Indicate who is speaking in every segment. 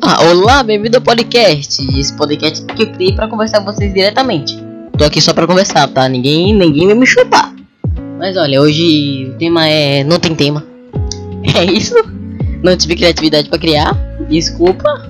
Speaker 1: Olá, bem-vindo ao podcast. Esse podcast que eu criei pra conversar com vocês diretamente. Tô aqui só pra conversar, tá? Ninguém vai me chutar. Mas olha, hoje o tema é... não tem tema. É isso? Não tive criatividade pra criar. Desculpa.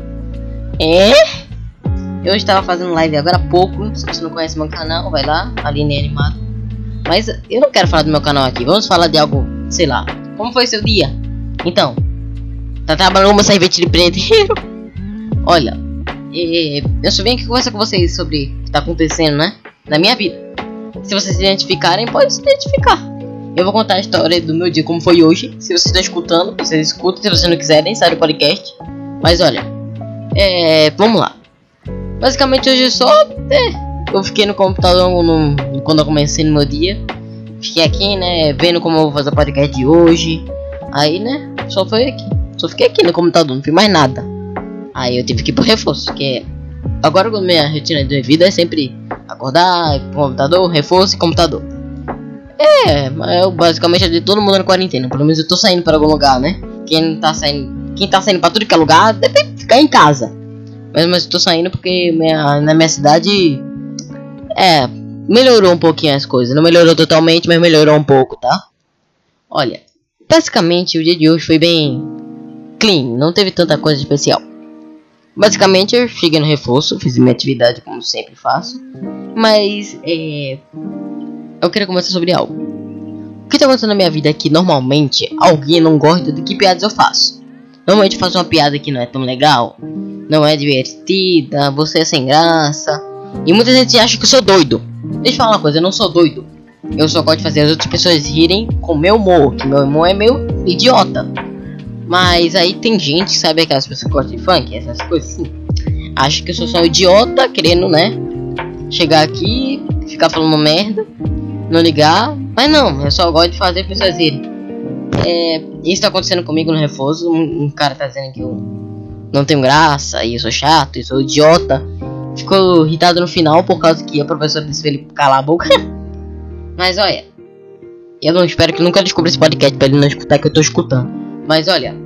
Speaker 1: Eu estava fazendo live agora há pouco. Se você não conhece meu canal, vai lá, Aline Animado. Mas eu não quero falar do meu canal aqui. Vamos falar de algo, sei lá. Como foi seu dia? Então, tá trabalhando como servente de empreiteiro? Olha, eu só venho aqui conversar com vocês sobre o que tá acontecendo, né? Na minha vida. Se vocês se identificarem, pode se identificar. Eu vou contar a história do meu dia como foi hoje. Se vocês estão escutando, vocês escutam. Se vocês não quiserem, sai do podcast. Mas olha, vamos lá. Basicamente hoje eu fiquei no computador quando eu comecei no meu dia. Fiquei aqui, né, vendo como eu vou fazer o podcast de hoje. Aí, né, só fiquei aqui no computador, não fiz mais nada. Aí eu tive que ir pro reforço, que agora minha rotina de vida é sempre acordar, ir pro computador, reforço e computador. Mas basicamente é de todo mundo na quarentena. Pelo menos eu tô saindo para algum lugar, né? Quem tá saindo pra tudo que é lugar deve ficar em casa. Mas eu tô saindo porque na minha cidade melhorou um pouquinho as coisas. Não melhorou totalmente, mas melhorou um pouco, tá? Olha, basicamente o dia de hoje foi bem clean, não teve tanta coisa especial. Basicamente eu cheguei no reforço, fiz minha atividade como sempre faço. Mas eu queria conversar sobre algo. O que tá acontecendo na minha vida é que normalmente alguém não gosta de que piadas eu faço. Normalmente eu faço uma piada que não é tão legal, não é divertida, você é sem graça. E muita gente acha que eu sou doido. Deixa eu falar uma coisa, eu não sou doido. Eu só gosto de fazer as outras pessoas rirem com meu humor, que meu humor é meio idiota. Mas aí tem gente, sabe, aquelas pessoas que gostam de funk, essas coisas assim. Acha que eu sou só um idiota, querendo, né, chegar aqui, ficar falando merda, não ligar. Mas não, eu só gosto de fazer pessoas rirem. Isso tá acontecendo comigo no reforço. Um cara tá dizendo que eu não tenho graça, e eu sou chato, e sou idiota. Ficou irritado no final por causa que a professora disse pra ele calar a boca. Mas olha, eu não espero que nunca descubra esse podcast pra ele não escutar que eu tô escutando. Mas olha,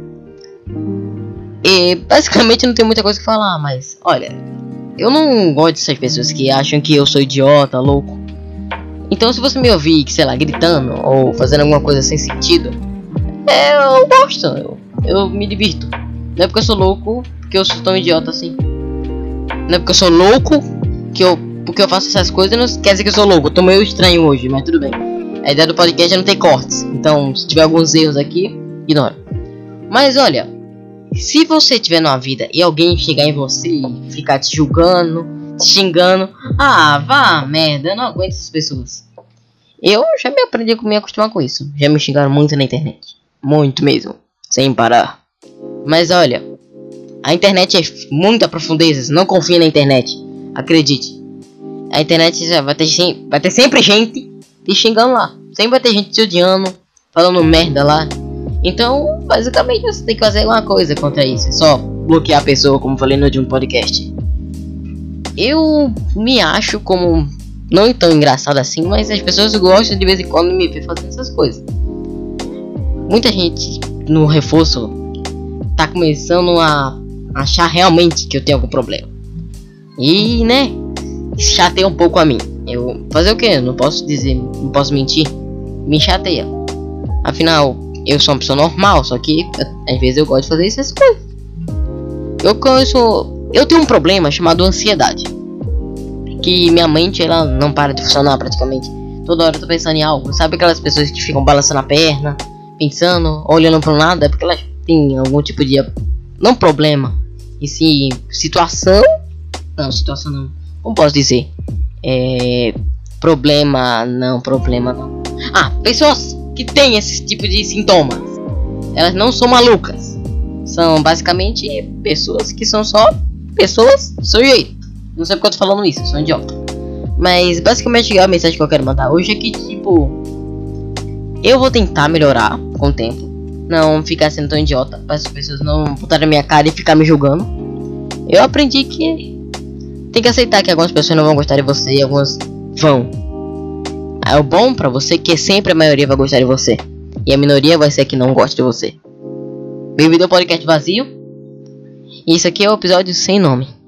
Speaker 1: basicamente não tem muita coisa que falar. Mas olha, eu não gosto dessas pessoas que acham que eu sou idiota, louco. Então se você me ouvir, sei lá, gritando ou fazendo alguma coisa sem sentido, eu gosto, eu me divirto. Não é porque eu sou louco que eu sou tão idiota assim. Não é porque eu sou louco porque eu faço essas coisas, não quer dizer que eu sou louco. Eu tô meio estranho hoje, mas tudo bem. A ideia do podcast é não ter cortes. Então se tiver alguns erros aqui, ignora. Mas olha, se você estiver numa vida e alguém chegar em você e ficar te julgando, te xingando, vá merda, eu não aguento essas pessoas. Eu já me acostumar com isso. Já me xingaram muito na internet. Muito mesmo, sem parar. Mas olha, a internet é muita profundeza. Não confie na internet, acredite. A internet já vai ter sempre gente te xingando lá. Sempre vai ter gente te odiando, falando merda lá. Então, basicamente, você tem que fazer alguma coisa contra isso. É só bloquear a pessoa, como falei no último podcast. Eu me acho como não tão engraçado assim, mas as pessoas gostam de vez em quando de me ver fazendo essas coisas. Muita gente no reforço tá começando a achar realmente que eu tenho algum problema. E, né, chateia um pouco a mim. Eu fazer o que? Não posso mentir. Me chateia. Afinal, eu sou uma pessoa normal, só que às vezes eu gosto de fazer essas coisas. Eu tenho um problema chamado ansiedade. Que minha mente, ela não para de funcionar praticamente. Toda hora eu tô pensando em algo. Sabe aquelas pessoas que ficam balançando a perna, pensando, olhando para um lado? É porque elas têm algum tipo de... não problema. E sim, situação não. Como posso dizer? Problema não. Pessoas que têm esse tipo de sintomas, elas não são malucas. São basicamente pessoas que são só pessoas sujeitas. Não sei porque eu tô falando isso, eu sou um idiota. Mas basicamente a mensagem que eu quero mandar hoje é que, tipo, eu vou tentar melhorar com o tempo. Não ficar sendo tão idiota, para as pessoas não botarem na minha cara e ficar me julgando. Eu aprendi que tem que aceitar que algumas pessoas não vão gostar de você e algumas vão. O bom pra você é que sempre a maioria vai gostar de você e a minoria vai ser a que não gosta de você. Bem-vindo ao podcast vazio. E isso aqui é o episódio sem nome.